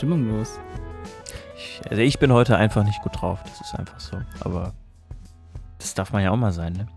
Stimmung los? Ich bin heute einfach nicht gut drauf. Das ist einfach so. Aber das darf man ja auch mal sein, ne?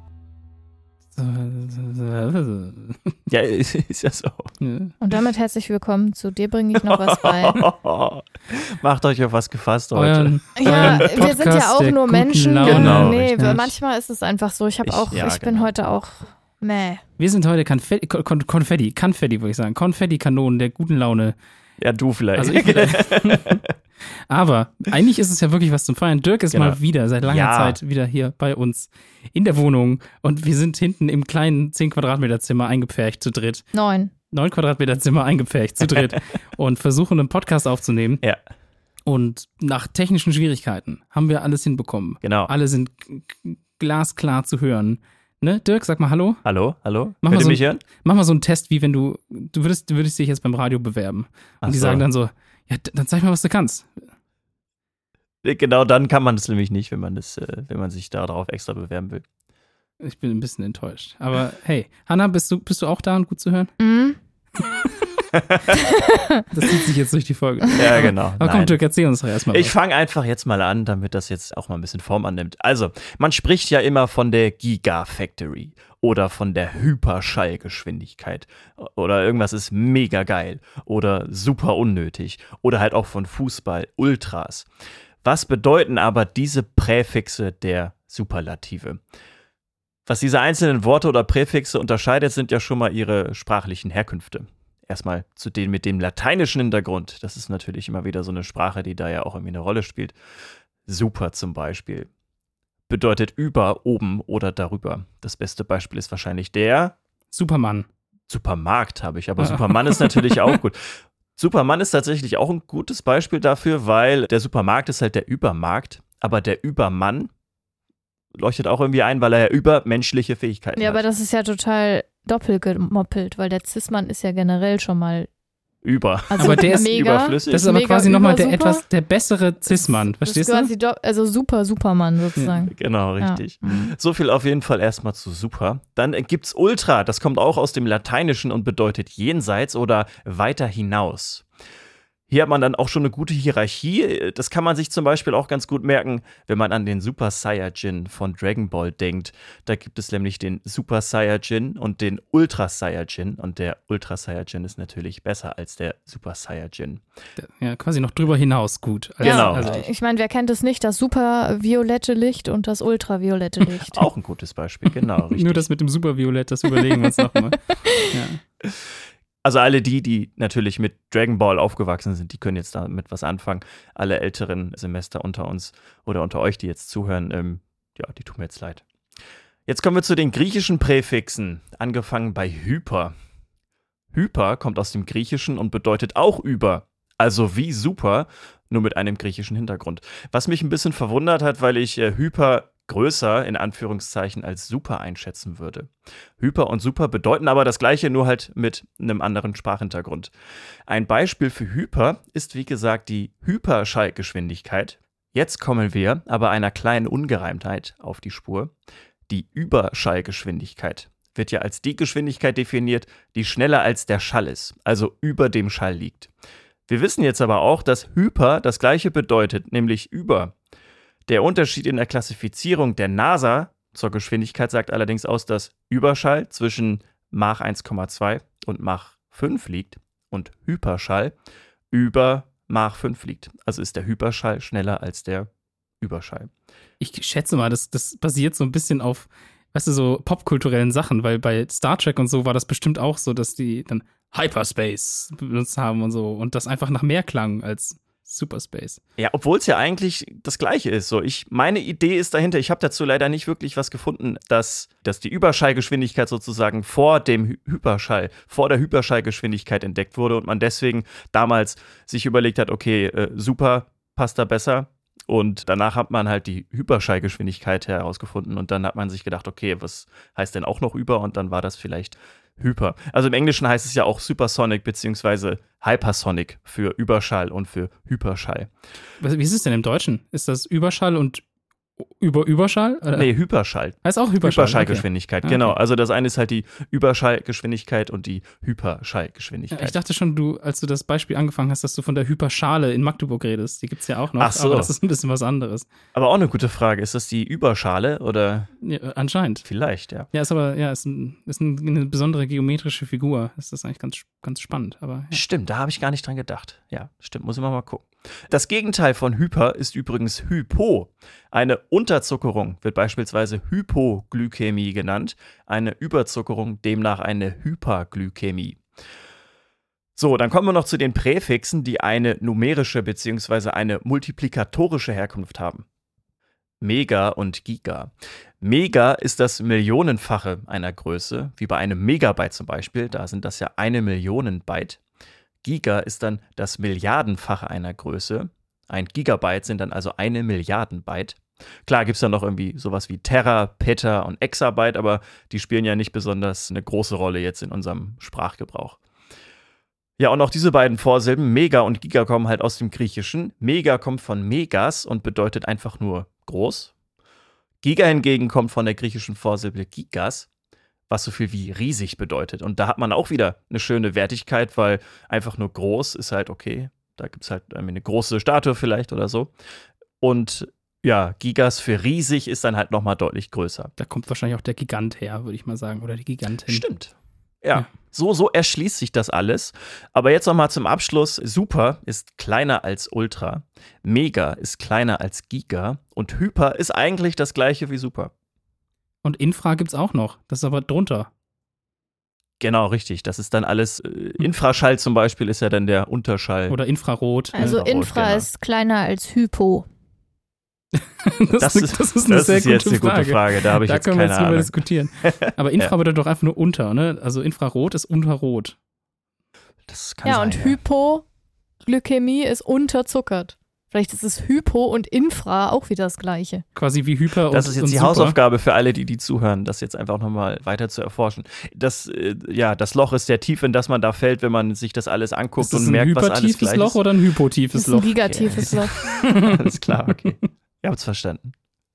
Ja, ist ja so. Und damit herzlich willkommen zu Dir bringe ich noch was bei. Macht euch auf was gefasst heute. Wir sind ja auch nur Menschen. Genau, nee, richtig. Manchmal ist es einfach so. Ich bin heute auch meh. Wir sind heute Konfetti, würde ich sagen. Konfetti-Kanonen der guten Laune. Ja, du vielleicht. Also ich vielleicht. Aber eigentlich ist es ja wirklich was zum Feiern. Dirk ist mal wieder, seit langer Zeit, wieder hier bei uns in der Wohnung. Und wir sind hinten im kleinen 10 Quadratmeter Zimmer eingepfercht zu dritt. 9 Quadratmeter Zimmer eingepfercht zu dritt. Und versuchen, einen Podcast aufzunehmen. Ja. Und nach technischen Schwierigkeiten haben wir alles hinbekommen. Genau. Alle sind glasklar zu hören. Ne, Dirk, sag mal Hallo. Hallo. Könnt ihr mich hören? Mach mal so einen Test, wie wenn du würdest dich jetzt beim Radio bewerben. Und die sagen dann so, ja, dann zeig mal, was du kannst. Genau, dann kann man das nämlich nicht, wenn man sich darauf extra bewerben will. Ich bin ein bisschen enttäuscht. Aber hey, Hanna, bist du auch da und gut zu hören? Mhm. Das zieht sich jetzt durch die Folge. Ja, genau. Aber komm, Dirk, erzähl uns doch erstmal. Ich fange einfach jetzt mal an, damit das jetzt auch mal ein bisschen Form annimmt. Also, man spricht ja immer von der Gigafactory oder von der Hyperschallgeschwindigkeit oder irgendwas ist mega geil oder super unnötig oder halt auch von Fußball, Ultras. Was bedeuten aber diese Präfixe der Superlative? Was diese einzelnen Worte oder Präfixe unterscheidet, sind ja schon mal ihre sprachlichen Herkünfte. Erstmal zu denen mit dem lateinischen Hintergrund. Das ist natürlich immer wieder so eine Sprache, die da ja auch irgendwie eine Rolle spielt. Super zum Beispiel bedeutet über, oben oder darüber. Das beste Beispiel ist wahrscheinlich der Supermann. Supermarkt habe ich, aber Supermann ist natürlich auch gut. Supermann ist tatsächlich auch ein gutes Beispiel dafür, weil der Supermarkt ist halt der Übermarkt, aber der Übermann leuchtet auch irgendwie ein, weil er ja übermenschliche Fähigkeiten hat. Ja, aber das ist ja total doppelt gemoppelt, weil der Cis-Mann ist ja generell schon mal über. Also aber der ist mega, überflüssig. Das ist aber quasi nochmal der bessere das Cis-Mann, verstehst du? Also Supermann sozusagen. Ja, genau, richtig. Ja. So viel auf jeden Fall erstmal zu super. Dann gibt's Ultra, das kommt auch aus dem Lateinischen und bedeutet jenseits oder weiter hinaus. Hier hat man dann auch schon eine gute Hierarchie. Das kann man sich zum Beispiel auch ganz gut merken, wenn man an den Super Saiyajin von Dragon Ball denkt. Da gibt es nämlich den Super Saiyajin und den Ultra Saiyajin. Und der Ultra Saiyajin ist natürlich besser als der Super Saiyajin. Ja, quasi noch drüber hinaus gut. Genau. Also, ich meine, wer kennt es nicht? Das superviolette Licht und das ultraviolette Licht. Auch ein gutes Beispiel, genau. Richtig. Nur das mit dem Superviolett, das überlegen wir uns nochmal. Ja. Also alle die natürlich mit Dragon Ball aufgewachsen sind, die können jetzt damit was anfangen. Alle älteren Semester unter uns oder unter euch, die jetzt zuhören, die tun mir jetzt leid. Jetzt kommen wir zu den griechischen Präfixen, angefangen bei Hyper. Hyper kommt aus dem Griechischen und bedeutet auch über, also wie super, nur mit einem griechischen Hintergrund. Was mich ein bisschen verwundert hat, weil ich Hyper größer, in Anführungszeichen, als super einschätzen würde. Hyper und super bedeuten aber das Gleiche, nur halt mit einem anderen Sprachhintergrund. Ein Beispiel für Hyper ist, wie gesagt, die Hyperschallgeschwindigkeit. Jetzt kommen wir aber einer kleinen Ungereimtheit auf die Spur. Die Überschallgeschwindigkeit wird ja als die Geschwindigkeit definiert, die schneller als der Schall ist, also über dem Schall liegt. Wir wissen jetzt aber auch, dass Hyper das Gleiche bedeutet, nämlich über. Der Unterschied in der Klassifizierung der NASA zur Geschwindigkeit sagt allerdings aus, dass Überschall zwischen Mach 1,2 und Mach 5 liegt und Hyperschall über Mach 5 liegt. Also ist der Hyperschall schneller als der Überschall. Ich schätze mal, das basiert so ein bisschen auf, weißt du, so popkulturellen Sachen, weil bei Star Trek und so war das bestimmt auch so, dass die dann Hyperspace benutzt haben und so und das einfach nach mehr klang als Superspace. Ja, obwohl es ja eigentlich das Gleiche ist. So, meine Idee ist dahinter, ich habe dazu leider nicht wirklich was gefunden, dass die Überschallgeschwindigkeit sozusagen vor dem Hyperschall, vor der Hyperschallgeschwindigkeit entdeckt wurde und man deswegen damals sich überlegt hat, okay, super, passt da besser. Und danach hat man halt die Hyperschallgeschwindigkeit herausgefunden und dann hat man sich gedacht, okay, was heißt denn auch noch über? Und dann war das vielleicht Hyper. Also im Englischen heißt es ja auch Supersonic bzw. Hypersonic für Überschall und für Hyperschall. Wie ist es denn im Deutschen? Ist das Überschall und Überschall? Oder? Nee, Hyperschall. Heißt auch Hyperschall. Überschallgeschwindigkeit, Okay. genau. Also das eine ist halt die Überschallgeschwindigkeit und die Hyperschallgeschwindigkeit. Ich dachte schon, als du das Beispiel angefangen hast, dass du von der Hyperschale in Magdeburg redest. Die gibt es ja auch noch, Ach so. aber das ist ein bisschen was anderes. Aber auch eine gute Frage. Ist das die Überschale oder? Ja, anscheinend. Vielleicht, ja. Ja, ist eine besondere geometrische Figur. Das ist eigentlich ganz, ganz spannend. Aber ja. Stimmt, da habe ich gar nicht dran gedacht. Ja, stimmt, muss ich mal gucken. Das Gegenteil von Hyper ist übrigens Hypo. Eine Unterzuckerung wird beispielsweise Hypoglykämie genannt, eine Überzuckerung demnach eine Hyperglykämie. So, dann kommen wir noch zu den Präfixen, die eine numerische bzw. eine multiplikatorische Herkunft haben. Mega und Giga. Mega ist das Millionenfache einer Größe, wie bei einem Megabyte zum Beispiel, da sind das ja 1 Million Byte. Giga ist dann das Milliardenfache einer Größe. Ein Gigabyte sind dann also 1 Milliarden Byte. Klar gibt es dann noch irgendwie sowas wie Terra, Peta und Exabyte, aber die spielen ja nicht besonders eine große Rolle jetzt in unserem Sprachgebrauch. Ja, und auch diese beiden Vorsilben, Mega und Giga, kommen halt aus dem Griechischen. Mega kommt von Megas und bedeutet einfach nur groß. Giga hingegen kommt von der griechischen Vorsilbe Gigas, was so viel wie riesig bedeutet. Und da hat man auch wieder eine schöne Wertigkeit, weil einfach nur groß ist halt okay. Da gibt es halt eine große Statue vielleicht oder so. Und ja, Gigas für riesig ist dann halt nochmal deutlich größer. Da kommt wahrscheinlich auch der Gigant her, würde ich mal sagen. Oder die Gigantin. Stimmt. Ja. So erschließt sich das alles. Aber jetzt nochmal zum Abschluss. Super ist kleiner als Ultra. Mega ist kleiner als Giga. Und Hyper ist eigentlich das gleiche wie Super. Und Infra gibt's auch noch. Das ist aber drunter. Genau, richtig. Das ist dann alles, Infraschall zum Beispiel ist ja dann der Unterschall. Oder Infrarot. Also Infrarot, Infra genau. ist kleiner als Hypo. Das ist eine sehr jetzt gute eine gute Frage. Da habe ich Da jetzt können wir keine jetzt drüber Ahnung. diskutieren. Aber Infra bedeutet doch einfach nur unter, ne? Also Infrarot ist unterrot. Das kann Ja, sein, und Hypoglykämie ist unterzuckert. Vielleicht ist es Hypo und Infra auch wieder das Gleiche. Quasi wie Hyper Das und ist jetzt und die Super. Hausaufgabe für alle, die zuhören, das jetzt einfach nochmal weiter zu erforschen. Das Loch ist sehr tief, in das man da fällt, wenn man sich das alles anguckt Ist das und ein merkt, was alles hypertiefes gleich Loch ist. oder ein hypotiefes Das ist ein Loch? gigatiefes Loch. Alles klar, okay. Ihr habt's verstanden.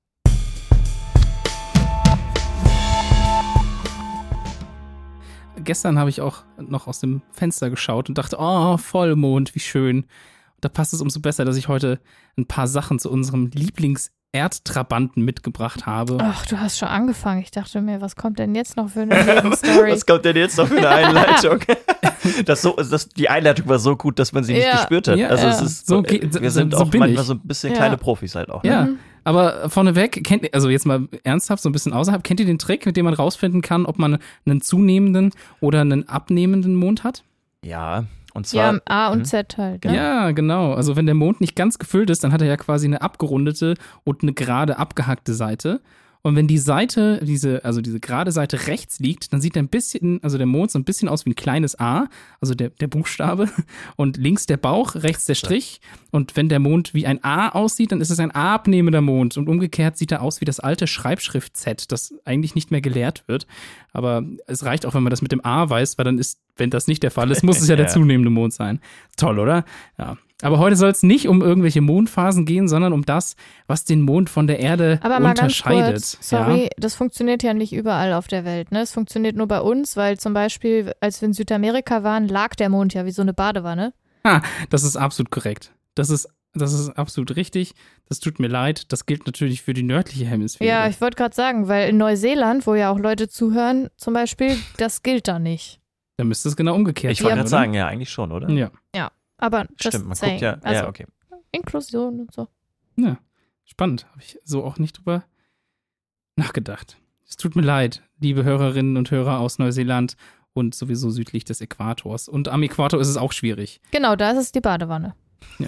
Gestern habe ich auch noch aus dem Fenster geschaut und dachte, oh, Vollmond, wie schön. Da passt es umso besser, dass ich heute ein paar Sachen zu unserem Lieblings-Erdtrabanten mitgebracht habe. Ach, du hast schon angefangen. Ich dachte mir, was kommt denn jetzt noch für eine Nebenstory? Was kommt denn jetzt noch für eine Einleitung? Die Einleitung war so gut, dass man sie nicht Ja. gespürt hat. Ja, also ja. es ist So so, geht- wir sind so auch bin manchmal ich. so ein bisschen Ja. kleine Profis halt auch. Ne? Ja, aber vorneweg, also jetzt mal ernsthaft, so ein bisschen außerhalb, kennt ihr den Trick, mit dem man rausfinden kann, ob man einen zunehmenden oder einen abnehmenden Mond hat? Ja, und zwar Ja, A und Z halt. Ne? Ja, genau. Also wenn der Mond nicht ganz gefüllt ist, dann hat er ja quasi eine abgerundete und eine gerade abgehackte Seite. Und wenn die Seite, diese gerade Seite rechts liegt, dann sieht er der Mond so ein bisschen aus wie ein kleines A, also der Buchstabe. Und links der Bauch, rechts der Strich. Und wenn der Mond wie ein A aussieht, dann ist es ein abnehmender Mond. Und umgekehrt sieht er aus wie das alte Schreibschrift Z, das eigentlich nicht mehr gelehrt wird. Aber es reicht auch, wenn man das mit dem A weiß, weil dann ist, wenn das nicht der Fall ist, muss es ja der Ja. zunehmende Mond sein. Toll, oder? Ja. Aber heute soll es nicht um irgendwelche Mondphasen gehen, sondern um das, was den Mond von der Erde Aber mal ganz unterscheidet. kurz, sorry, Ja? das funktioniert ja nicht überall auf der Welt. Ne? Es funktioniert nur bei uns, weil zum Beispiel, als wir in Südamerika waren, lag der Mond ja wie so eine Badewanne. Das ist absolut korrekt. Das ist absolut richtig. Das tut mir leid. Das gilt natürlich für die nördliche Hemisphäre. Ja, ich wollte gerade sagen, weil in Neuseeland, wo ja auch Leute zuhören, zum Beispiel, das gilt da nicht. Da müsste es genau umgekehrt ich wollte sein, gerade oder? sagen, ja, eigentlich schon, oder? Ja. Aber just Stimmt, man saying. guckt ja. Also Ja, okay. Inklusion und so. Ja, spannend. Habe ich so auch nicht drüber nachgedacht. Es tut mir leid, liebe Hörerinnen und Hörer aus Neuseeland und sowieso südlich des Äquators. Und am Äquator ist es auch schwierig. Genau, da ist es die Badewanne.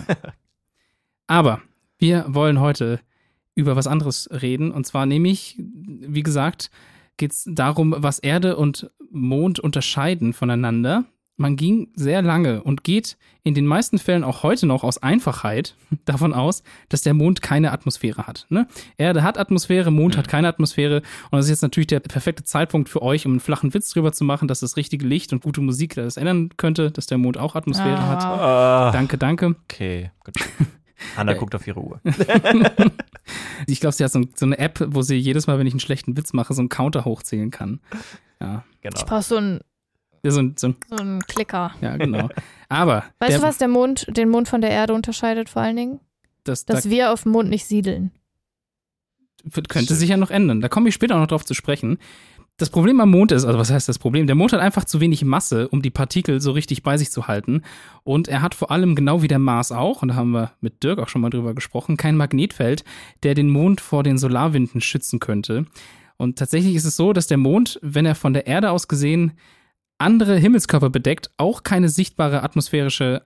Aber wir wollen heute über was anderes reden. Und zwar nämlich, wie gesagt, geht es darum, was Erde und Mond unterscheiden voneinander. Man ging sehr lange und geht in den meisten Fällen auch heute noch aus Einfachheit davon aus, dass der Mond keine Atmosphäre hat. Ne? Erde hat Atmosphäre, Mond hat keine Atmosphäre. Und das ist jetzt natürlich der perfekte Zeitpunkt für euch, um einen flachen Witz drüber zu machen, dass das richtige Licht und gute Musik das ändern könnte, dass der Mond auch Atmosphäre hat. Ah, Danke. okay, gut. Hanna guckt auf ihre Uhr. Ich glaube, sie hat so eine App, wo sie jedes Mal, wenn ich einen schlechten Witz mache, so einen Counter hochzählen kann. Ja. Ich brauche so einen Klicker. Ja, genau. Aber weißt du, was den Mond von der Erde unterscheidet vor allen Dingen? Dass wir auf dem Mond nicht siedeln. Könnte sich ja noch ändern. Da komme ich später auch noch drauf zu sprechen. Das Problem am Mond ist, also was heißt das Problem? Der Mond hat einfach zu wenig Masse, um die Partikel so richtig bei sich zu halten. Und er hat vor allem, genau wie der Mars auch, und da haben wir mit Dirk auch schon mal drüber gesprochen, kein Magnetfeld, der den Mond vor den Solarwinden schützen könnte. Und tatsächlich ist es so, dass der Mond, wenn er von der Erde aus gesehen andere Himmelskörper bedeckt, auch keine sichtbare atmosphärische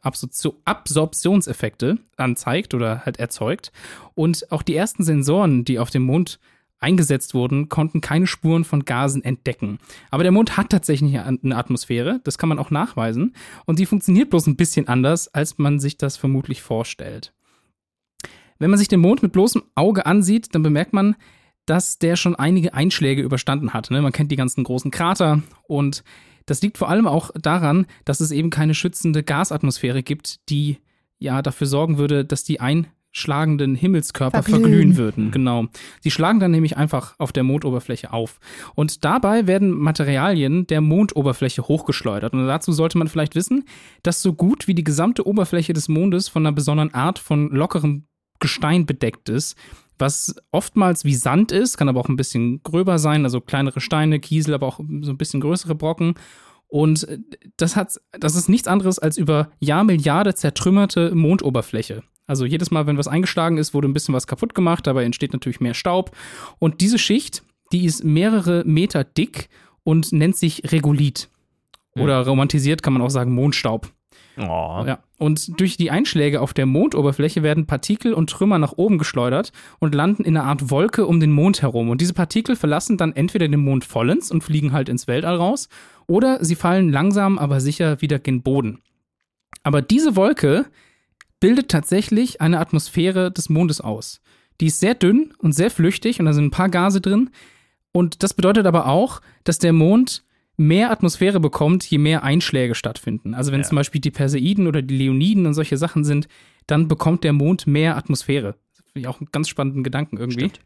Absorptionseffekte anzeigt oder halt erzeugt. Und auch die ersten Sensoren, die auf dem Mond eingesetzt wurden, konnten keine Spuren von Gasen entdecken. Aber der Mond hat tatsächlich eine Atmosphäre, das kann man auch nachweisen. Und die funktioniert bloß ein bisschen anders, als man sich das vermutlich vorstellt. Wenn man sich den Mond mit bloßem Auge ansieht, dann bemerkt man, dass der schon einige Einschläge überstanden hat. Man kennt die ganzen großen Krater und das liegt vor allem auch daran, dass es eben keine schützende Gasatmosphäre gibt, die ja dafür sorgen würde, dass die einschlagenden Himmelskörper verglühen würden. Genau. Sie schlagen dann nämlich einfach auf der Mondoberfläche auf. Und dabei werden Materialien der Mondoberfläche hochgeschleudert. Und dazu sollte man vielleicht wissen, dass so gut wie die gesamte Oberfläche des Mondes von einer besonderen Art von lockerem Gestein bedeckt ist, was oftmals wie Sand ist, kann aber auch ein bisschen gröber sein, also kleinere Steine, Kiesel, aber auch so ein bisschen größere Brocken. Und das ist nichts anderes als über Jahrmilliarde zertrümmerte Mondoberfläche. Also jedes Mal, wenn was eingeschlagen ist, wurde ein bisschen was kaputt gemacht, dabei entsteht natürlich mehr Staub. Und diese Schicht, die ist mehrere Meter dick und nennt sich Regolith. Oder romantisiert kann man auch sagen Mondstaub. Oh. Ja. Und durch die Einschläge auf der Mondoberfläche werden Partikel und Trümmer nach oben geschleudert und landen in einer Art Wolke um den Mond herum. Und diese Partikel verlassen dann entweder den Mond vollends und fliegen halt ins Weltall raus, oder sie fallen langsam, aber sicher wieder gen Boden. Aber diese Wolke bildet tatsächlich eine Atmosphäre des Mondes aus. Die ist sehr dünn und sehr flüchtig und da sind ein paar Gase drin. Und das bedeutet aber auch, dass der Mond mehr Atmosphäre bekommt, je mehr Einschläge stattfinden. Also wenn zum Beispiel die Perseiden oder die Leoniden und solche Sachen sind, dann bekommt der Mond mehr Atmosphäre. Das finde ich auch einen ganz spannenden Gedanken irgendwie. Stimmt.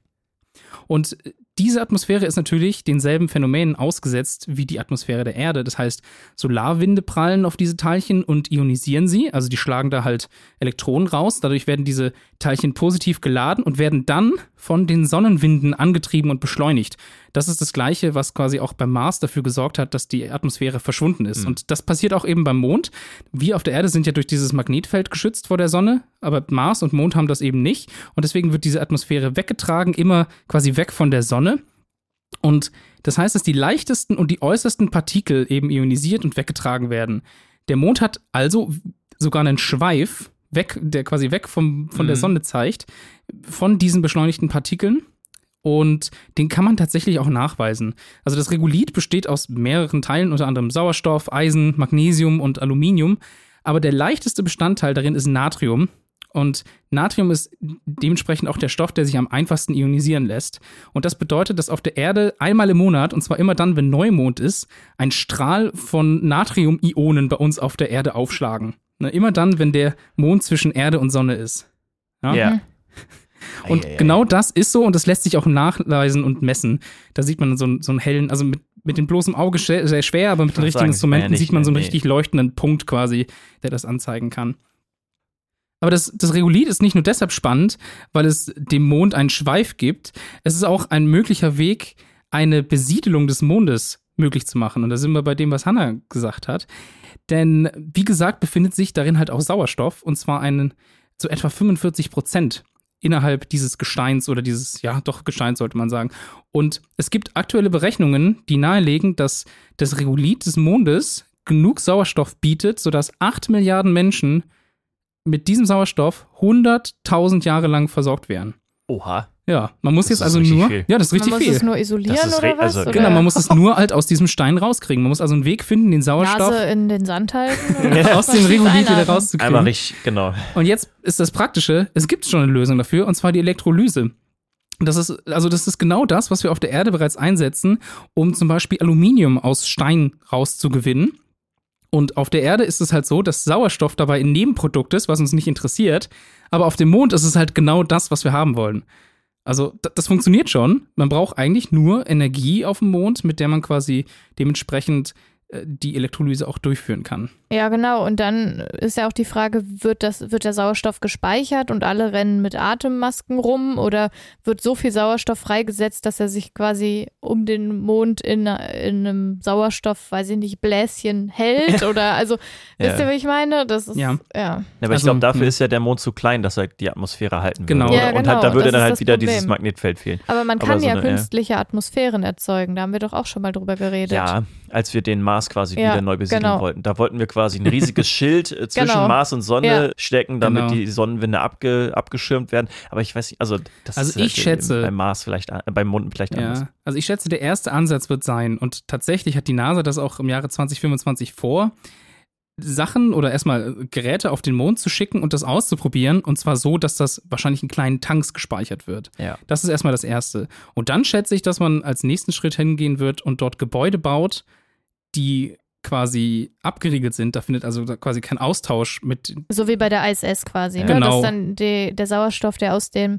Und diese Atmosphäre ist natürlich denselben Phänomenen ausgesetzt wie die Atmosphäre der Erde. Das heißt, Solarwinde prallen auf diese Teilchen und ionisieren sie. Also die schlagen da halt Elektronen raus. Dadurch werden diese Teilchen positiv geladen und werden dann von den Sonnenwinden angetrieben und beschleunigt. Das ist das Gleiche, was quasi auch beim Mars dafür gesorgt hat, dass die Atmosphäre verschwunden ist. Und das passiert auch eben beim Mond. Wir auf der Erde sind ja durch dieses Magnetfeld geschützt vor der Sonne, aber Mars und Mond haben das eben nicht. Und deswegen wird diese Atmosphäre weggetragen, immer quasi weg von der Sonne. Und das heißt, dass die leichtesten und die äußersten Partikel eben ionisiert und weggetragen werden. Der Mond hat also sogar einen Schweif, der quasi weg von der Sonne zeigt, von diesen beschleunigten Partikeln. Und den kann man tatsächlich auch nachweisen. Also das Regolith besteht aus mehreren Teilen, unter anderem Sauerstoff, Eisen, Magnesium und Aluminium. Aber der leichteste Bestandteil darin ist Natrium. Und Natrium ist dementsprechend auch der Stoff, der sich am einfachsten ionisieren lässt. Und das bedeutet, dass auf der Erde einmal im Monat, und zwar immer dann, wenn Neumond ist, ein Strahl von Natrium-Ionen bei uns auf der Erde aufschlagen. Immer dann, wenn der Mond zwischen Erde und Sonne ist. Ja. Und genau das ist so, und das lässt sich auch nachweisen und messen. Da sieht man so einen hellen, also mit dem bloßen Auge sehr schwer, aber mit den richtigen Instrumenten sieht man so einen richtig leuchtenden Punkt quasi, der das anzeigen kann. Aber das Regolith ist nicht nur deshalb spannend, weil es dem Mond einen Schweif gibt. Es ist auch ein möglicher Weg, eine Besiedelung des Mondes möglich zu machen. Und da sind wir bei dem, was Hannah gesagt hat. Denn, wie gesagt, befindet sich darin halt auch Sauerstoff, und zwar zu etwa 45% innerhalb dieses Gesteins oder dieses, Gesteins sollte man sagen. Und es gibt aktuelle Berechnungen, die nahelegen, dass das Regolith des Mondes genug Sauerstoff bietet, sodass 8 Milliarden Menschen mit diesem Sauerstoff 100.000 Jahre lang versorgt werden. Oha. Ja, man muss Das jetzt ist also richtig nur. viel. Ja, das ist richtig Man viel. muss es nur isolieren oder was? also- Genau, man muss es nur halt aus diesem Stein rauskriegen. Man muss also einen Weg finden, den Sauerstoff Nase in den Sand halten. aus dem Regolith wieder rauszukriegen. Einmal richtig, genau. Und jetzt ist das Praktische, es gibt schon eine Lösung dafür, und zwar die Elektrolyse. Das ist genau das, was wir auf der Erde bereits einsetzen, um zum Beispiel Aluminium aus Stein rauszugewinnen. Und auf der Erde ist es halt so, dass Sauerstoff dabei ein Nebenprodukt ist, was uns nicht interessiert. Aber auf dem Mond ist es halt genau das, was wir haben wollen. Also das funktioniert schon. Man braucht eigentlich nur Energie auf dem Mond, mit der man quasi dementsprechend die Elektrolyse auch durchführen kann. Ja, genau. Und dann ist ja auch die Frage, wird der Sauerstoff gespeichert und alle rennen mit Atemmasken rum oder wird so viel Sauerstoff freigesetzt, dass er sich quasi um den Mond in einem Sauerstoff, weiß ich nicht, Bläschen hält? Oder also, wisst ihr, wie ich meine? Das ist, ja. Aber ich Also, glaube, dafür ist ja der Mond zu klein, dass er die Atmosphäre halten würde. Genau. Ja, Und genau. halt, da würde Das dann ist halt das wieder Problem. dieses Magnetfeld fehlen. Aber man Aber kann so ja eine, künstliche Atmosphären erzeugen. Da haben wir doch auch schon mal drüber geredet. Ja, als wir den Mars quasi Ja, wieder neu besiedeln genau. wollten. Da wollten wir quasi ein riesiges Schild zwischen Genau. Mars und Sonne stecken, damit Genau. die Sonnenwinde abgeschirmt werden. Aber ich weiß nicht, also das Also ist ich schätze- beim Mars vielleicht, beim Mond vielleicht anders. Ja, also ich schätze, der erste Ansatz wird sein, und tatsächlich hat die NASA das auch im Jahre 2025 vor, Sachen oder erstmal Geräte auf den Mond zu schicken und das auszuprobieren, und zwar so, dass das wahrscheinlich in kleinen Tanks gespeichert wird. Ja. Das ist erstmal das Erste. Und dann schätze ich, dass man als nächsten Schritt hingehen wird und dort Gebäude baut, die quasi abgeriegelt sind. Da findet also quasi kein Austausch mit. So wie bei der ISS quasi. Ja. Ne? Genau. Dass dann der Sauerstoff, der aus dem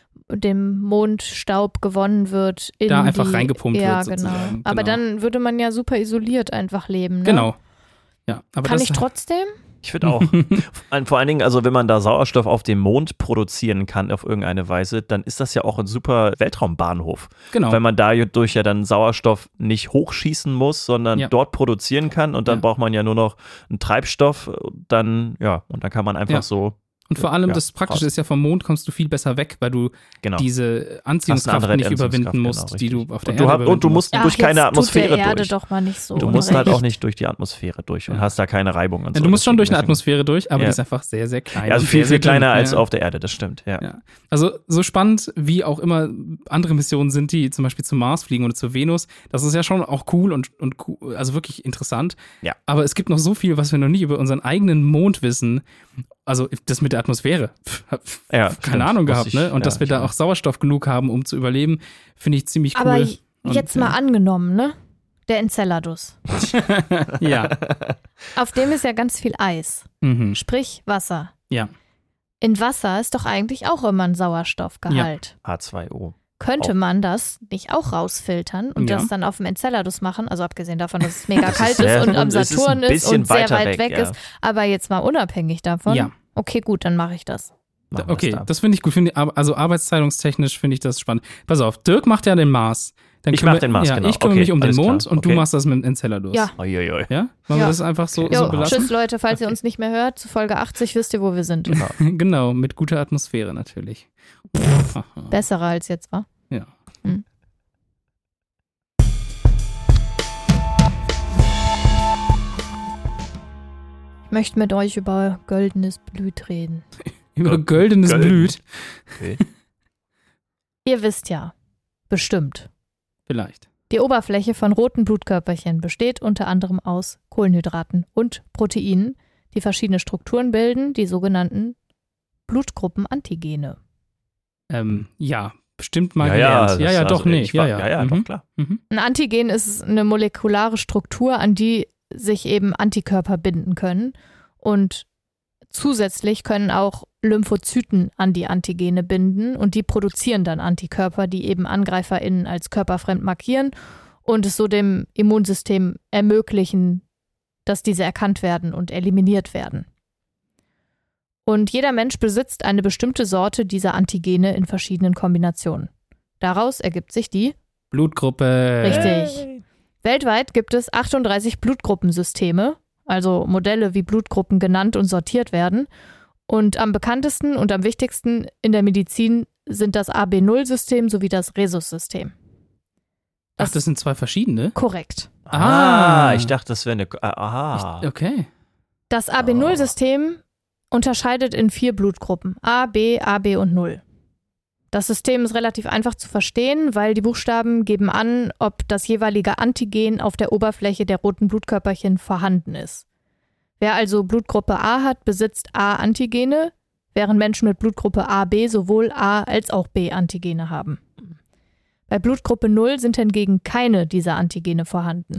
Mondstaub gewonnen wird, in Da einfach reingepumpt ja, wird, genau. sozusagen. Aber Genau. dann würde man ja super isoliert einfach leben. Ne? Genau. Ja, aber Kann das ich trotzdem? Ich finde auch. Vor allen Dingen, also wenn man da Sauerstoff auf dem Mond produzieren kann auf irgendeine Weise, dann ist das ja auch ein super Weltraumbahnhof. Genau. Weil man dadurch ja dann Sauerstoff nicht hochschießen muss, sondern Ja. dort produzieren kann, und dann Ja. braucht man ja nur noch einen Treibstoff, und dann kann man einfach Ja. so, Und vor allem Ja, das Praktische raus. ist ja, vom Mond kommst du viel besser weg, weil du genau. diese Hast Anziehungskraft eine andere nicht überwinden Anziehungskraft, musst, genau, die du richtig. auf der Und du Erde hast- und überwinden du musst- durch keine jetzt Atmosphäre tut der Erde durch. doch mal nicht so. Du musst halt unrecht. auch nicht durch die Atmosphäre durch und Ja. hast da keine Reibung und Ja, so. du musst schon durch eine Deswegen- Atmosphäre durch, aber Ja. die ist einfach sehr, sehr klein. Ja, also und viel, sehr, sehr viel kleiner dünn. als Ja. auf der Erde, das stimmt, ja. Ja. Also so spannend, wie auch immer andere Missionen sind, die zum Beispiel zum Mars fliegen oder zur Venus, das ist ja schon auch cool und cool, also wirklich interessant. Ja. Aber es gibt noch so viel, was wir noch nie über unseren eigenen Mond wissen. Also das mit der Atmosphäre. Ja, stimmt. Keine Ahnung Wusste gehabt, ne? Und ja, dass wir da ich auch Sauerstoff genug haben, um zu überleben, finde ich ziemlich cool. Aber Und, jetzt mal angenommen, ne? Der Enceladus. Ja. Auf dem ist ja ganz viel Eis, Mhm. sprich Wasser. Ja. In Wasser ist doch eigentlich auch immer ein Sauerstoffgehalt. H2O. Könnte Auch. man das nicht auch rausfiltern und Ja. das dann auf dem Enceladus machen? Also abgesehen davon, dass es mega kalt sehr- ist und am und es ist Saturn ein ist bisschen und sehr weiter weit weg weg, ja. ist. Aber jetzt mal unabhängig davon. Ja. Okay, gut, dann mache ich das. Machen wir Okay, da. das finde ich gut. Also arbeitsteilungstechnisch finde ich das spannend. Pass auf, Dirk macht ja den Mars. Dann Ich kümmere- mach den Mars, ja, genau. Ich kümmere Okay, mich um den alles klar. Mond und du Okay. machst das mit Enceladus. Ja. Uiuiui. Ja? Wollen wir Ja. das einfach so Jo, belassen? tschüss Leute, falls ihr uns nicht mehr hört, zu Folge 80 wisst ihr, wo wir sind. Genau, mit guter Atmosphäre natürlich. Bessere als jetzt, wa? Ja. Ich möchte mit euch über goldenes Blut reden. Über goldenes Golden. Blut. Okay. Ihr wisst ja, bestimmt, Vielleicht. die Oberfläche von roten Blutkörperchen besteht unter anderem aus Kohlenhydraten und Proteinen, die verschiedene Strukturen bilden, die sogenannten Blutgruppenantigene. Ja, bestimmt mal Ja, gelernt. das- Ja, also doch, nee. ich war- Ja, ja, doch, Mhm. klar. Mhm. Ein Antigen ist eine molekulare Struktur, an die sich eben Antikörper binden können. Und zusätzlich können auch Lymphozyten an die Antigene binden und die produzieren dann Antikörper, die eben AngreiferInnen als körperfremd markieren und es so dem Immunsystem ermöglichen, dass diese erkannt werden und eliminiert werden. Und jeder Mensch besitzt eine bestimmte Sorte dieser Antigene in verschiedenen Kombinationen. Daraus ergibt sich die Blutgruppe. Richtig. Weltweit gibt es 38 Blutgruppensysteme, also Modelle, wie Blutgruppen genannt und sortiert werden. Und am bekanntesten und am wichtigsten in der Medizin sind das AB0-System sowie das Rhesus-System. Ach, das sind zwei verschiedene? Korrekt. Ich dachte, das wäre eine. Aha. Okay. Das AB0-System unterscheidet in 4 Blutgruppen: A, B, AB und 0. Das System ist relativ einfach zu verstehen, weil die Buchstaben geben an, ob das jeweilige Antigen auf der Oberfläche der roten Blutkörperchen vorhanden ist. Wer also Blutgruppe A hat, besitzt A-Antigene, während Menschen mit Blutgruppe AB sowohl A- als auch B-Antigene haben. Bei Blutgruppe 0 sind hingegen keine dieser Antigene vorhanden.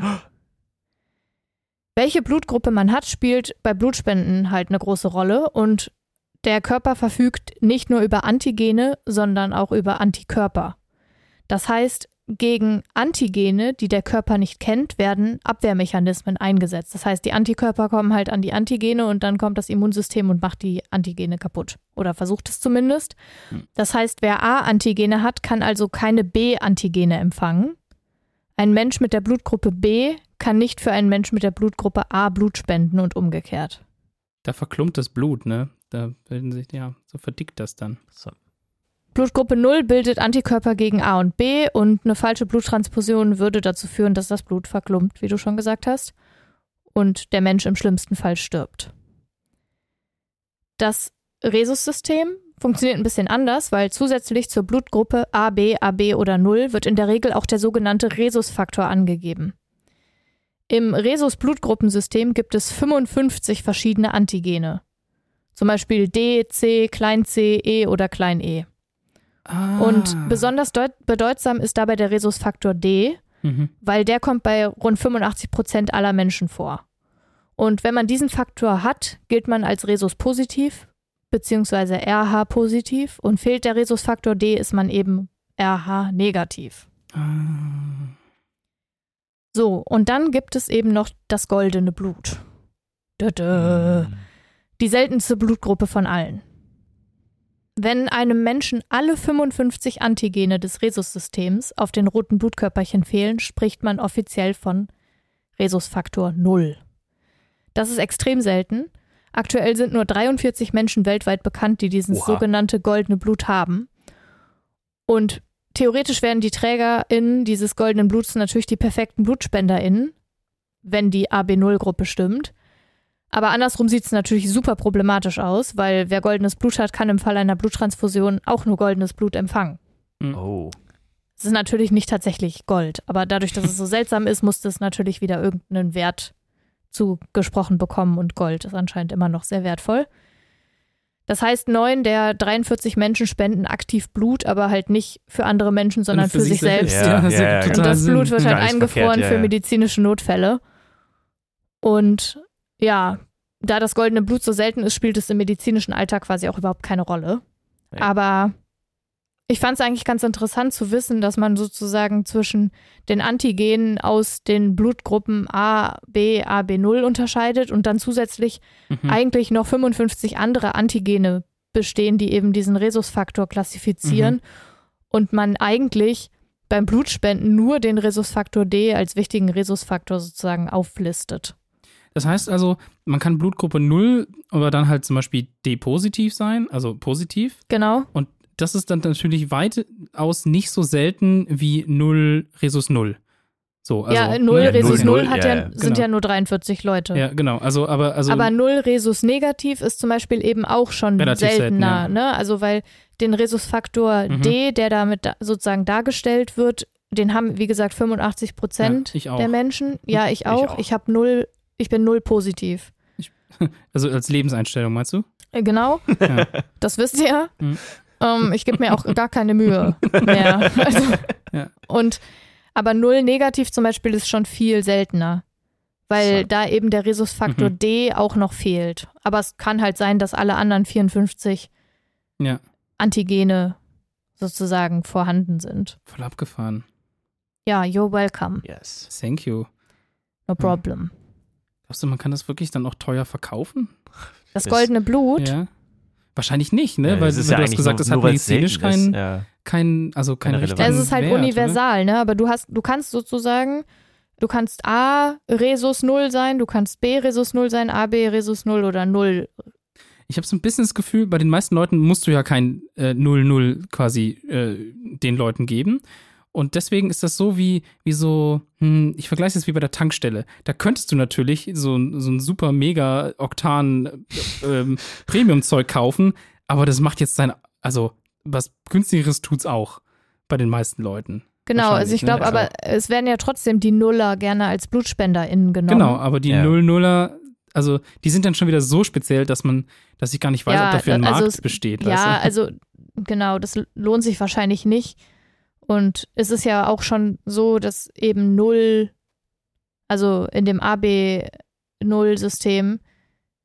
Welche Blutgruppe man hat, spielt bei Blutspenden halt eine große Rolle und der Körper verfügt nicht nur über Antigene, sondern auch über Antikörper. Das heißt, gegen Antigene, die der Körper nicht kennt, werden Abwehrmechanismen eingesetzt. Das heißt, die Antikörper kommen halt an die Antigene und dann kommt das Immunsystem und macht die Antigene kaputt. Oder versucht es zumindest. Das heißt, wer A-Antigene hat, kann also keine B-Antigene empfangen. Ein Mensch mit der Blutgruppe B kann nicht für einen Mensch mit der Blutgruppe A Blut spenden und umgekehrt. Da verklumpt das Blut, ne? Da bilden sich, so verdickt das dann. So. Blutgruppe 0 bildet Antikörper gegen A und B und eine falsche Bluttransfusion würde dazu führen, dass das Blut verklumpt, wie du schon gesagt hast, und der Mensch im schlimmsten Fall stirbt. Das Rhesussystem funktioniert ein bisschen anders, weil zusätzlich zur Blutgruppe AB, AB oder 0 wird in der Regel auch der sogenannte Rhesusfaktor angegeben. Im Rhesus-Blutgruppensystem gibt es 55 verschiedene Antigene. Zum Beispiel D, C, klein c, E oder klein e. Und besonders bedeutsam ist dabei der Rhesusfaktor D, weil der kommt bei rund 85% aller Menschen vor. Und wenn man diesen Faktor hat, gilt man als Rhesus-positiv bzw. RH-positiv und fehlt der Rhesusfaktor D, ist man eben RH-negativ. So, und dann gibt es eben noch das goldene Blut. Die seltenste Blutgruppe von allen. Wenn einem Menschen alle 55 Antigene des Rhesussystems auf den roten Blutkörperchen fehlen, spricht man offiziell von Rhesusfaktor 0. Das ist extrem selten. Aktuell sind nur 43 Menschen weltweit bekannt, die dieses sogenannte goldene Blut haben. Und theoretisch wären die TrägerInnen dieses goldenen Bluts natürlich die perfekten BlutspenderInnen, wenn die AB0-Gruppe stimmt. Aber andersrum sieht es natürlich super problematisch aus, weil wer goldenes Blut hat, kann im Fall einer Bluttransfusion auch nur goldenes Blut empfangen. Oh. Es ist natürlich nicht tatsächlich Gold, aber dadurch, dass es so seltsam ist, musste es natürlich wieder irgendeinen Wert zugesprochen bekommen und Gold ist anscheinend immer noch sehr wertvoll. Das heißt, 9 der 43 Menschen spenden aktiv Blut, aber halt nicht für andere Menschen, sondern für sich selbst. Ja, das ergibt und total das Sinn. Blut wird halt Gar nicht eingefroren verkehrt, für medizinische Notfälle. Und ja, da das goldene Blut so selten ist, spielt es im medizinischen Alltag quasi auch überhaupt keine Rolle. Ja. Aber ich fand es eigentlich ganz interessant zu wissen, dass man sozusagen zwischen den Antigenen aus den Blutgruppen A, B, AB0 unterscheidet und dann zusätzlich eigentlich noch 55 andere Antigene bestehen, die eben diesen Rhesusfaktor klassifizieren und man eigentlich beim Blutspenden nur den Rhesusfaktor D als wichtigen Rhesusfaktor sozusagen auflistet. Das heißt also, man kann Blutgruppe 0, aber dann halt zum Beispiel D-positiv sein, also positiv. Genau. Und das ist dann natürlich weitaus nicht so selten wie 0 Rhesus 0. So, also, ja, 0 Rhesus 0 hat sind genau. ja nur 43 Leute. Ja, genau. Aber 0 Rhesus negativ ist zum Beispiel eben auch schon relativ seltener. selten, ja. Ne? Also weil den Rhesusfaktor D, der damit sozusagen dargestellt wird, den haben, wie gesagt, 85% ich auch. der Menschen. Ja, ich auch. Ich bin 0 positiv. Also als Lebenseinstellung, meinst du? Genau. Ja. Das wisst ihr. Ich gebe mir auch gar keine Mühe mehr. Also, Ja. Aber 0 negativ zum Beispiel ist schon viel seltener, weil da eben der Rhesusfaktor D auch noch fehlt. Aber es kann halt sein, dass alle anderen 54 Antigene sozusagen vorhanden sind. Voll abgefahren. Ja, you're welcome. Yes. Thank you. No problem. Glaubst du, man kann das wirklich dann auch teuer verkaufen? Das goldene Blut? Ja. Wahrscheinlich nicht, ne? Ja, weil das ist du ja hast gesagt, das nur hat weil es medizinisch selten ist, keinen Keine richtigen Relevanz. Es ist halt Wert, universal, ne? Aber du kannst sozusagen, du kannst A Rhesus 0 sein, du kannst B Rhesus 0 sein, AB Rhesus 0 oder 0. Ich habe so ein bisschen das Gefühl, bei den meisten Leuten musst du ja kein 0-0 quasi den Leuten geben. Und deswegen ist das so wie so, ich vergleiche es jetzt wie bei der Tankstelle. Da könntest du natürlich so ein super mega Oktan Premium-Zeug kaufen, aber das macht jetzt was günstigeres tut's auch bei den meisten Leuten. Genau, also ich glaube, ne? aber es werden ja trotzdem die Nuller gerne als BlutspenderInnen genommen. Genau, aber die 0-0er, also die sind dann schon wieder so speziell, dass ich gar nicht weiß, ob dafür ein Markt besteht. Ja, weißt du? also genau, das lohnt sich wahrscheinlich nicht. Und es ist ja auch schon so, dass eben 0, also in dem AB0-System,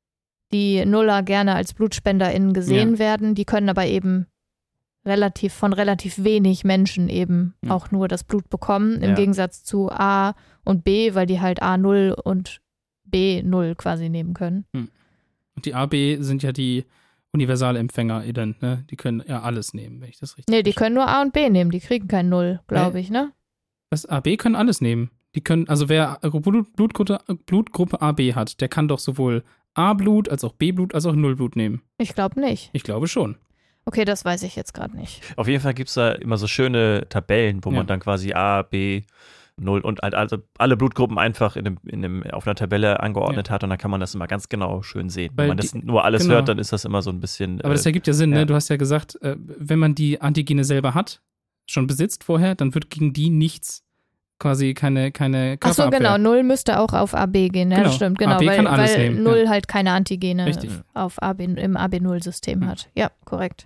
die Nuller gerne als BlutspenderInnen gesehen werden. Die können aber eben von relativ wenig Menschen eben auch nur das Blut bekommen, im Gegensatz zu A und B, weil die halt A0 und B0 quasi nehmen können. Und die AB sind ja die UniversalempfängerInnen, ne? Die können ja alles nehmen, wenn ich das richtig Nee, die können nur A und B nehmen, die kriegen kein Null, glaube ich, ne? Das AB können alles nehmen. Die können, also wer Blutgruppe AB hat, der kann doch sowohl A-Blut als auch B-Blut als auch Nullblut nehmen. Ich glaube nicht. Ich glaube schon. Okay, das weiß ich jetzt gerade nicht. Auf jeden Fall gibt es da immer so schöne Tabellen, wo man dann quasi A, B, 0 und halt also alle Blutgruppen einfach auf einer Tabelle angeordnet hat und dann kann man das immer ganz genau schön sehen. Weil wenn man das nur alles hört, dann ist das immer so ein bisschen. Aber das ergibt ja Sinn, ne? Du hast ja gesagt, wenn man die Antigene selber hat, schon besitzt vorher, dann wird gegen die nichts, quasi keine Körperabwehr. Achso, genau, 0 müsste auch auf AB gehen, ja, Genau. das stimmt, genau, AB kann alles weil nehmen, 0 halt keine Antigene Richtig. auf im AB0-System hat. Ja, korrekt.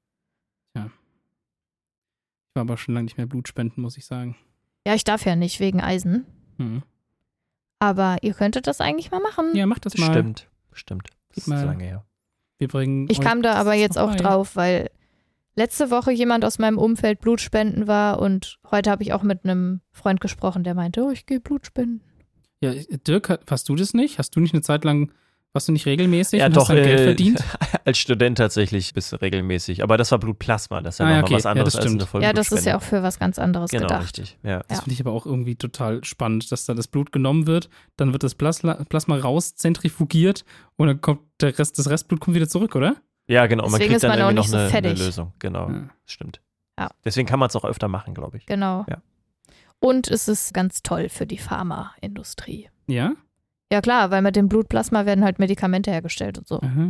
Ich war aber schon lange nicht mehr Blutspenden, muss ich sagen. Ja, ich darf ja nicht wegen Eisen. Aber ihr könntet das eigentlich mal machen. Ja, macht das mal. Bestimmt. Das ist mal. lange her. Wir bringen Ich kam da aber jetzt auch vorbei. drauf, weil letzte Woche jemand aus meinem Umfeld Blutspenden war und heute habe ich auch mit einem Freund gesprochen, der meinte, ich gehe Blutspenden. Ja, Dirk, warst du das nicht? Hast du nicht eine Zeit lang, warst du nicht regelmäßig Ja, und doch, hast dann Geld verdient? Als Student tatsächlich bis regelmäßig. Aber das war Blutplasma, das ist ja nochmal okay. was anderes Ja, das als stimmt. eine Vollblutspende. Ja, das ist ja auch für was ganz anderes genau, gedacht. richtig. Ja. Das finde ich aber auch irgendwie total spannend, dass da das Blut genommen wird, dann wird das Plasma raus zentrifugiert und dann kommt das Restblut kommt wieder zurück, oder? Ja, genau. Und man Deswegen kriegt ist dann man auch irgendwie nicht noch so eine fettig. Lösung. Genau, Ja. stimmt. Ja. Deswegen kann man es auch öfter machen, glaube ich. Genau. Ja. Und es ist ganz toll für die Pharmaindustrie. Ja? Ja klar, weil mit dem Blutplasma werden halt Medikamente hergestellt und so. Aha.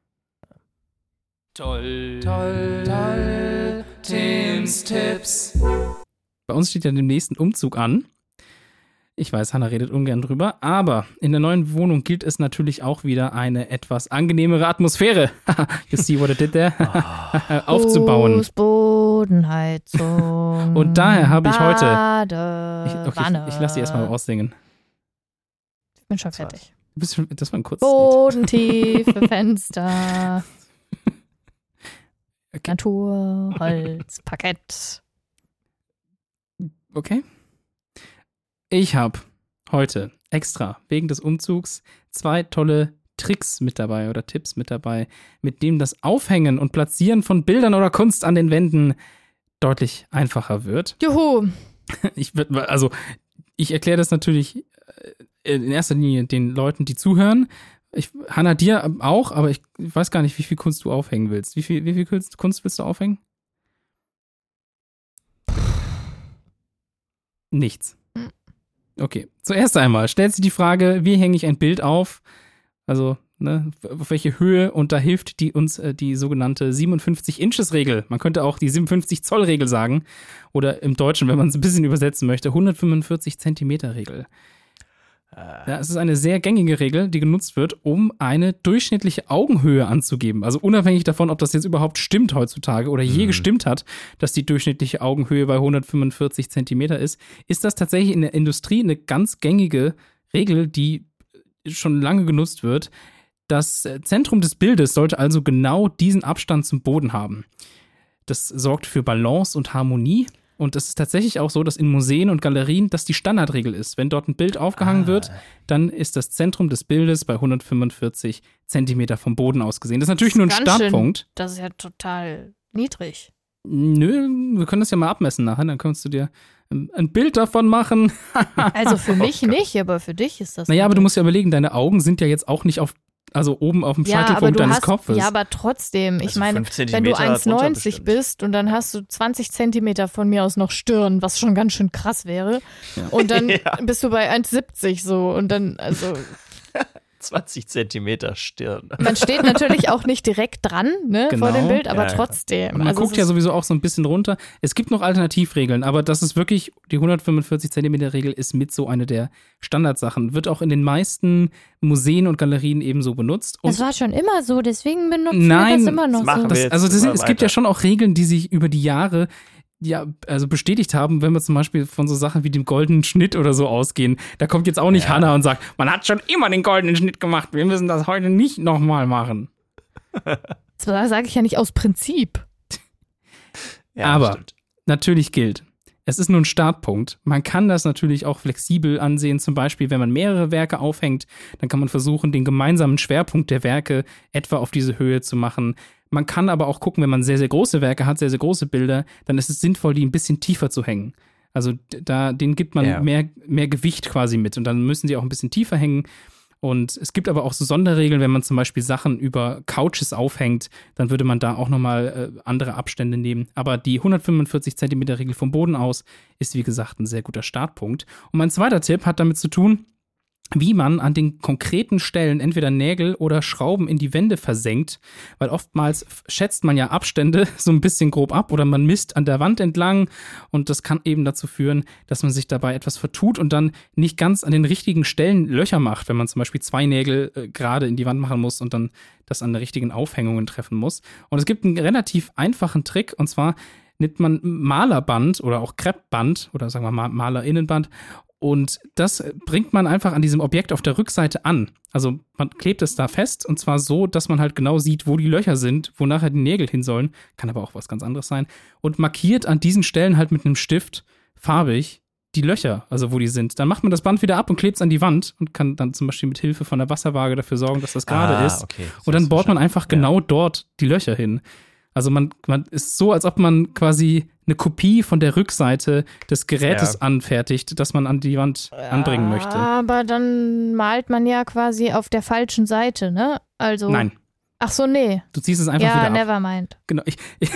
Toll. Tims Tipps. Bei uns steht ja den nächsten Umzug an. Ich weiß, Hannah redet ungern drüber, aber in der neuen Wohnung gilt es natürlich auch wieder eine etwas angenehmere Atmosphäre. You see what I did there? Aufzubauen. Fußbodenheizung. Und daher habe ich heute. Badewanne. Ich lasse die erstmal aussingen. Ich bin schon fertig. Das war ein kurzes Lied. Bodentiefe Fenster. Okay. Natur, Holz, Parkett. Okay. Ich habe heute extra wegen des Umzugs 2 tolle Tricks mit dabei oder Tipps mit dabei, mit denen das Aufhängen und Platzieren von Bildern oder Kunst an den Wänden deutlich einfacher wird. Juhu. Ich erkläre das natürlich in erster Linie den Leuten, die zuhören. Hannah, dir auch, aber ich weiß gar nicht, wie viel Kunst du aufhängen willst. Wie viel Kunst willst du aufhängen? Nichts. Okay, zuerst einmal stellt sich die Frage, wie hänge ich ein Bild auf? Also, auf welche Höhe? Und da hilft uns die sogenannte 57-Inches-Regel. Man könnte auch die 57-Zoll-Regel sagen. Oder im Deutschen, wenn man es ein bisschen übersetzen möchte, 145-Zentimeter-Regel. Ja, es ist eine sehr gängige Regel, die genutzt wird, um eine durchschnittliche Augenhöhe anzugeben. Also unabhängig davon, ob das jetzt überhaupt stimmt heutzutage oder je gestimmt hat, dass die durchschnittliche Augenhöhe bei 145 Zentimeter ist das tatsächlich in der Industrie eine ganz gängige Regel, die schon lange genutzt wird. Das Zentrum des Bildes sollte also genau diesen Abstand zum Boden haben. Das sorgt für Balance und Harmonie. Und es ist tatsächlich auch so, dass in Museen und Galerien das die Standardregel ist. Wenn dort ein Bild aufgehangen wird, dann ist das Zentrum des Bildes bei 145 Zentimeter vom Boden aus gesehen. Das ist natürlich nur ein Startpunkt. Das ist ja total niedrig. Nö, wir können das ja mal abmessen nachher. Dann kannst du dir ein Bild davon machen. Also für mich nicht, aber für dich ist das. Naja, aber du musst ja überlegen, deine Augen sind ja jetzt auch nicht oben auf dem Scheitelpunkt deines Kopfes. Ja, aber trotzdem, ich Also meine, 5 wenn du Zentimeter 1,90 bist und dann hast du 20 Zentimeter von mir aus noch Stirn, was schon ganz schön krass wäre. Ja. Und dann bist du bei 1,70 so und dann, also 20 Zentimeter Stirn. Man steht natürlich auch nicht direkt dran, ne, genau. vor dem Bild, aber trotzdem. Und man guckt ja sowieso auch so ein bisschen runter. Es gibt noch Alternativregeln, aber das ist wirklich, die 145 Zentimeter Regel ist mit so eine der Standardsachen. Wird auch in den meisten Museen und Galerien ebenso benutzt. Und das war schon immer so, deswegen benutzen wir das immer noch so. Es gibt ja schon auch Regeln, die sich über die Jahre ja, also bestätigt haben, wenn wir zum Beispiel von so Sachen wie dem goldenen Schnitt oder so ausgehen. Da kommt jetzt auch nicht Hannah und sagt, man hat schon immer den goldenen Schnitt gemacht, wir müssen das heute nicht nochmal machen. Das sage ich ja nicht aus Prinzip. Ja, aber stimmt. natürlich gilt, es ist nur ein Startpunkt. Man kann das natürlich auch flexibel ansehen. Zum Beispiel, wenn man mehrere Werke aufhängt, dann kann man versuchen, den gemeinsamen Schwerpunkt der Werke etwa auf diese Höhe zu machen. Man kann aber auch gucken, wenn man sehr, sehr große Werke hat, sehr, sehr große Bilder, dann ist es sinnvoll, die ein bisschen tiefer zu hängen. Also denen gibt man mehr Gewicht quasi mit und dann müssen sie auch ein bisschen tiefer hängen. Und es gibt aber auch so Sonderregeln, wenn man zum Beispiel Sachen über Couches aufhängt, dann würde man da auch nochmal andere Abstände nehmen. Aber die 145 cm Regel vom Boden aus ist, wie gesagt, ein sehr guter Startpunkt. Und mein zweiter Tipp hat damit zu tun, wie man an den konkreten Stellen entweder Nägel oder Schrauben in die Wände versenkt, weil oftmals schätzt man ja Abstände so ein bisschen grob ab oder man misst an der Wand entlang und das kann eben dazu führen, dass man sich dabei etwas vertut und dann nicht ganz an den richtigen Stellen Löcher macht, wenn man zum Beispiel 2 Nägel gerade in die Wand machen muss und dann das an der richtigen Aufhängungen treffen muss. Und es gibt einen relativ einfachen Trick und zwar nimmt man Malerband oder auch Kreppband oder sagen wir mal Malerinnenband. Und das bringt man einfach an diesem Objekt auf der Rückseite an. Also man klebt es da fest und zwar so, dass man halt genau sieht, wo die Löcher sind, wo nachher die Nägel hin sollen. Kann aber auch was ganz anderes sein. Und markiert an diesen Stellen halt mit einem Stift farbig die Löcher, also wo die sind. Dann macht man das Band wieder ab und klebt es an die Wand und kann dann zum Beispiel mit Hilfe von der Wasserwaage dafür sorgen, dass das gerade ist. Okay. Und dann bohrt man einfach genau dort die Löcher hin. Also man ist so, als ob man quasi eine Kopie von der Rückseite des Gerätes anfertigt, das man an die Wand anbringen möchte. Aber dann malt man ja quasi auf der falschen Seite, ne? Also. Nein. Ach so, nee. Du ziehst es einfach wieder ab. Ja, nevermind. Genau.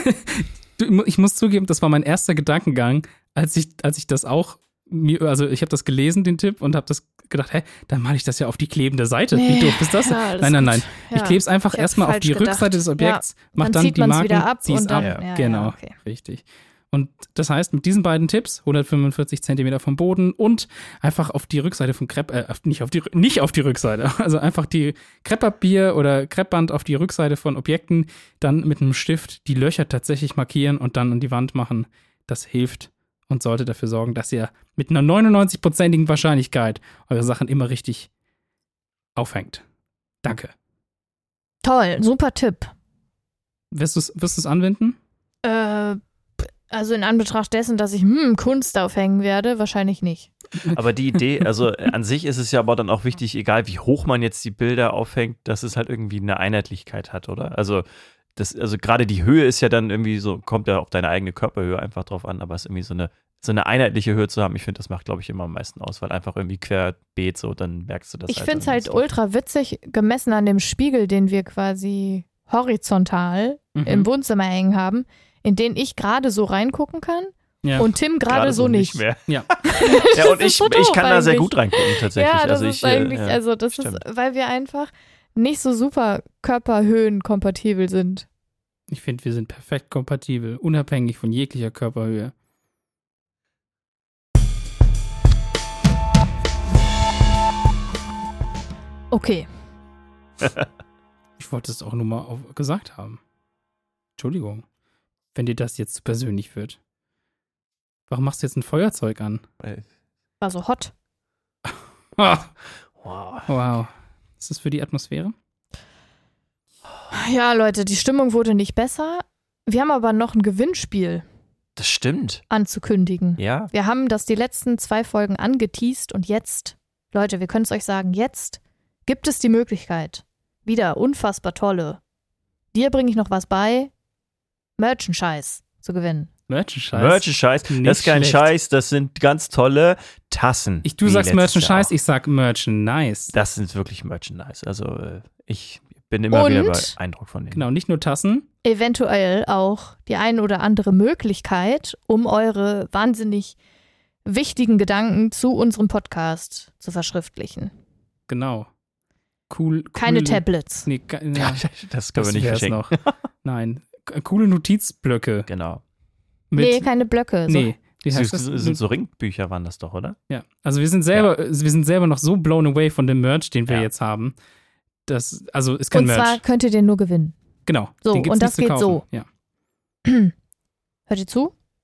Ich muss zugeben, das war mein erster Gedankengang, als ich das auch also ich habe das gelesen, den Tipp, und habe das gedacht, dann male ich das ja auf die klebende Seite. Wie doof ist das? Ja, nein. Ja. Ich klebe es einfach erstmal auf die Rückseite des Objekts, mach dann die Marken, wieder ab zieh's und dann, ab. Genau, okay. Richtig. Und das heißt, mit diesen beiden Tipps, 145 cm vom Boden und einfach auf die Rückseite von nicht auf die Rückseite, also einfach die Krepppapier oder Kreppband auf die Rückseite von Objekten, dann mit einem Stift die Löcher tatsächlich markieren und dann an die Wand machen, das hilft und sollte dafür sorgen, dass ihr mit einer 99%igen Wahrscheinlichkeit eure Sachen immer richtig aufhängt. Danke. Toll, super Tipp. Wirst du es anwenden? Also in Anbetracht dessen, dass ich Kunst aufhängen werde, wahrscheinlich nicht. Aber die Idee, also an sich ist es ja aber dann auch wichtig, egal wie hoch man jetzt die Bilder aufhängt, dass es halt irgendwie eine Einheitlichkeit hat, oder? Also gerade die Höhe ist ja dann irgendwie so, kommt ja auf deine eigene Körperhöhe einfach drauf an, aber es ist irgendwie so eine einheitliche Höhe zu haben, ich finde, das macht, glaube ich, immer am meisten aus, weil einfach irgendwie querbeet so, dann merkst du das. Ich finde es halt ultra witzig, gemessen an dem Spiegel, den wir quasi horizontal im Wohnzimmer hängen haben, in den ich gerade so reingucken kann und Tim gerade so nicht. Mehr. Ja. Ja, und ich kann da sehr gut reingucken, tatsächlich. Ja, das ist weil wir einfach nicht so super körperhöhenkompatibel sind. Ich finde, wir sind perfekt kompatibel, unabhängig von jeglicher Körperhöhe. Okay. Ich wollte es auch nur mal gesagt haben. Entschuldigung, wenn dir das jetzt zu persönlich wird. Warum machst du jetzt ein Feuerzeug an? War so hot. Wow. Ist das für die Atmosphäre? Ja, Leute, die Stimmung wurde nicht besser. Wir haben aber noch ein Gewinnspiel. Das stimmt. Anzukündigen. Ja. Wir haben das die letzten 2 Folgen angeteast und jetzt, Leute, wir können es euch sagen, jetzt gibt es die Möglichkeit, wieder unfassbar tolle, dir bringe ich noch was bei, Merchandise zu gewinnen. Merchandise, das ist kein Scheiß, das sind ganz tolle Tassen. Du sagst Merchandise, ich sag Merchandise. Das sind wirklich Merchandise, also ich bin immer wieder beeindruckt von denen. Genau, nicht nur Tassen. Eventuell auch die ein oder andere Möglichkeit, um eure wahnsinnig wichtigen Gedanken zu unserem Podcast zu verschriftlichen. Genau. Cool. Keine Tablets. Nee, das können wir nicht verschenken. Noch. Nein, coole Notizblöcke. Genau. Nee, keine Blöcke. So. Nee. Sind so Ringbücher waren das doch, oder? Ja, also wir sind selber noch so blown away von dem Merch, den wir jetzt haben. Es ist kein Merch. Und zwar könnt ihr den nur gewinnen. Genau. So, den gibt's und das nicht zu geht kaufen. so. Ja. Hört ihr zu?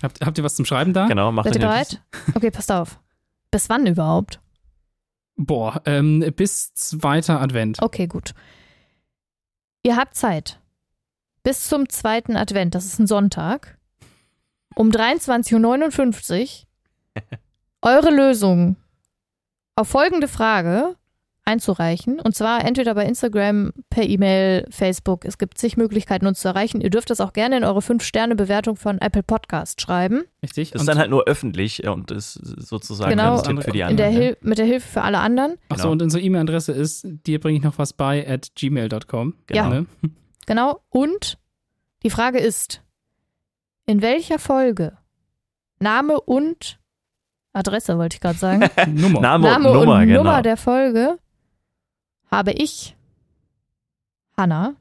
Habt ihr was zum Schreiben da? Genau, macht Seid ihr den bereit? Okay, passt auf. Bis wann überhaupt? Boah, bis 2. Advent. Okay, gut. Ihr habt Zeit. Bis zum 2. Advent, das ist ein Sonntag, um 23:59 Uhr eure Lösung auf folgende Frage einzureichen. Und zwar entweder bei Instagram, per E-Mail, Facebook. Es gibt zig Möglichkeiten, uns zu erreichen. Ihr dürft das auch gerne in eure 5-Sterne-Bewertung von Apple Podcast schreiben. Richtig. Das ist dann halt nur öffentlich und ist sozusagen Genau, ein Tipp für die In anderen. der mit der Hilfe für alle anderen. Achso, Genau. und unsere E-Mail-Adresse ist, dir bringe ich noch was bei, @gmail.com. Genau. Ne? Genau. Und die Frage ist, in welcher Folge Name und Adresse, wollte ich gerade sagen. Nummer. Name und und Nummer, genau. Nummer der Folge habe ich, Hannah,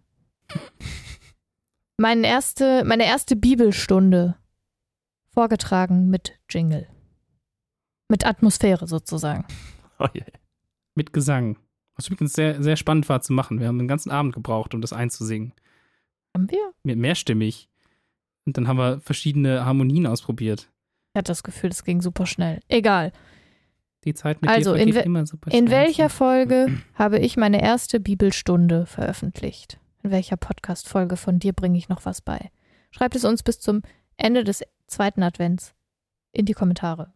meine erste Bibelstunde vorgetragen mit Jingle. Mit Atmosphäre sozusagen. Oh je. Mit Gesang. Was übrigens sehr, sehr spannend war zu machen. Wir haben den ganzen Abend gebraucht, um das einzusingen. Haben wir? Mehrstimmig. Und dann haben wir verschiedene Harmonien ausprobiert. Ich hatte das Gefühl, das ging super schnell. Egal. Die Zeit mit Also, dir vergeht immer super schnell. In welcher Folge habe ich meine erste Bibelstunde veröffentlicht? In welcher Podcast-Folge von dir bringe ich noch was bei? Schreibt es uns bis zum Ende des 2. Advents in die Kommentare.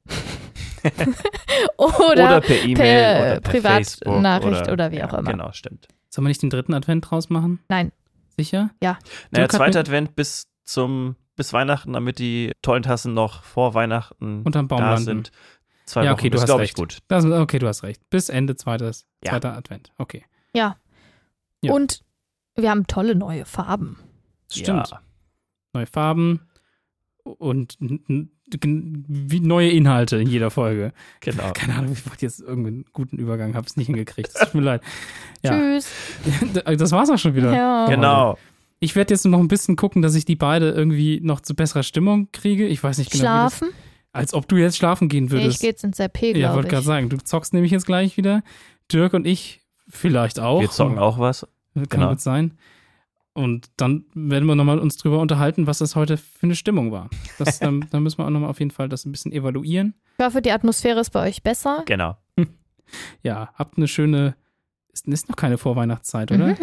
oder per E-Mail per oder per Privatnachricht Facebook oder wie auch immer. Genau, stimmt. Sollen wir nicht den 3. Advent draus machen? Nein. Sicher? Naja, Dirk hat 2. mir- Advent bis Weihnachten, damit die tollen Tassen noch vor Weihnachten Unterm Baum da landen. sind. 2 Ja, Wochen okay, du ist, hast glaube ich, recht. gut. Okay, du hast recht. Bis Ende 2. Advent. Okay. Ja. Ja. Und wir haben tolle neue Farben. Stimmt. Ja. Neue Farben und wie neue Inhalte in jeder Folge. Genau. Keine Ahnung, ich wollte jetzt irgendeinen guten Übergang, habe es nicht hingekriegt. Es tut mir leid. Ja. Tschüss. Das war's auch schon wieder. Ja. Genau. Ich werde jetzt noch ein bisschen gucken, dass ich die beide irgendwie noch zu besserer Stimmung kriege. Ich weiß nicht genau, Schlafen? wie das, als ob du jetzt schlafen gehen Nee, würdest. ich gehe jetzt ins RP, Ja, glaube wollte ich. gerade sagen, du zockst nämlich jetzt gleich wieder. Dirk und ich vielleicht auch. Wir zocken auch was. Kann genau. gut sein. Und dann werden wir nochmal uns drüber unterhalten, was das heute für eine Stimmung war. Da müssen wir auch nochmal auf jeden Fall das ein bisschen evaluieren. Ich hoffe, die Atmosphäre ist bei euch besser. Genau. Ja, habt eine schöne, ist noch keine Vorweihnachtszeit, oder?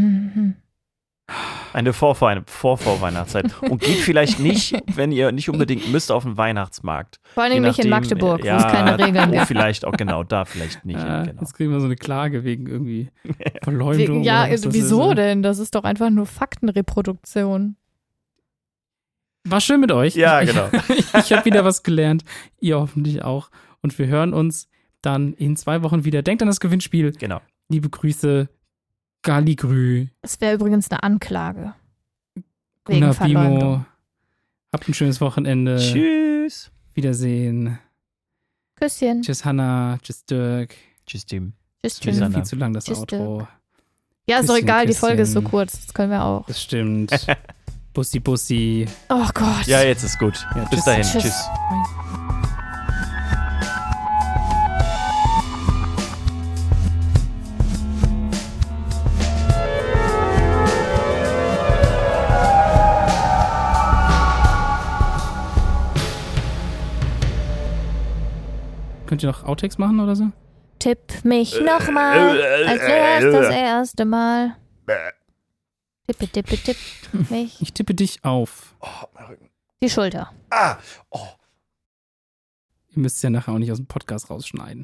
Eine Vorweihnachtszeit. Und geht vielleicht nicht, wenn ihr nicht unbedingt müsst, auf den Weihnachtsmarkt. Vor allem Je nicht in nachdem, Magdeburg, wo es keine Regeln gibt. Vielleicht auch genau, da vielleicht nicht. Ja, Genau. Jetzt kriegen wir so eine Klage wegen irgendwie Verleumdung. Ja, oder was das wieso ist. denn? Das ist doch einfach nur Faktenreproduktion. War schön mit euch. Ja, genau. Ich habe wieder was gelernt. Ihr hoffentlich auch. Und wir hören uns dann in 2 Wochen wieder. Denkt an das Gewinnspiel. Genau. Liebe Grüße, Galigrü, Das wäre übrigens eine Anklage. Wegen Guna Verleumdung. Bimo. Habt ein schönes Wochenende. Tschüss. Wiedersehen. Küsschen. Tschüss, Hannah. Tschüss, Dirk. Tschüss, Team. Tschüss, Tschüss, tschüss. Anna. Viel zu lang das Tschüss, Outro. Ja, ist doch Küsschen, egal, die Folge ist so Küsschen. kurz. Das können wir auch. Das stimmt. Bussi, Bussi. Oh Gott. Ja, jetzt ist gut. Ja, Bis tschüss. dahin. Tschüss. Tschüss. Könnt ihr noch Outtakes machen oder so? Tipp mich nochmal, als wär's das erste Mal. Tippe, tippe, tipp mich. Ich tippe dich auf. Oh, mein Rücken. Die Schulter. Ah. Oh. Ihr müsst es ja nachher auch nicht aus dem Podcast rausschneiden.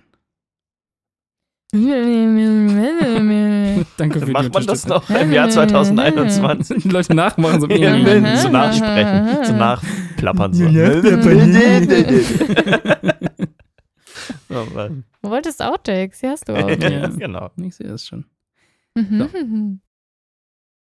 Macht Danke für die Macht man das Unterstützung. noch im Jahr 2021? Die Leute nachmachen so. Ja, so nachsprechen, so nachplappern. So. Oh Mann. Du wolltest Outtakes, die hast du auch. Ja. Genau. Ich sehe das schon. Mhm.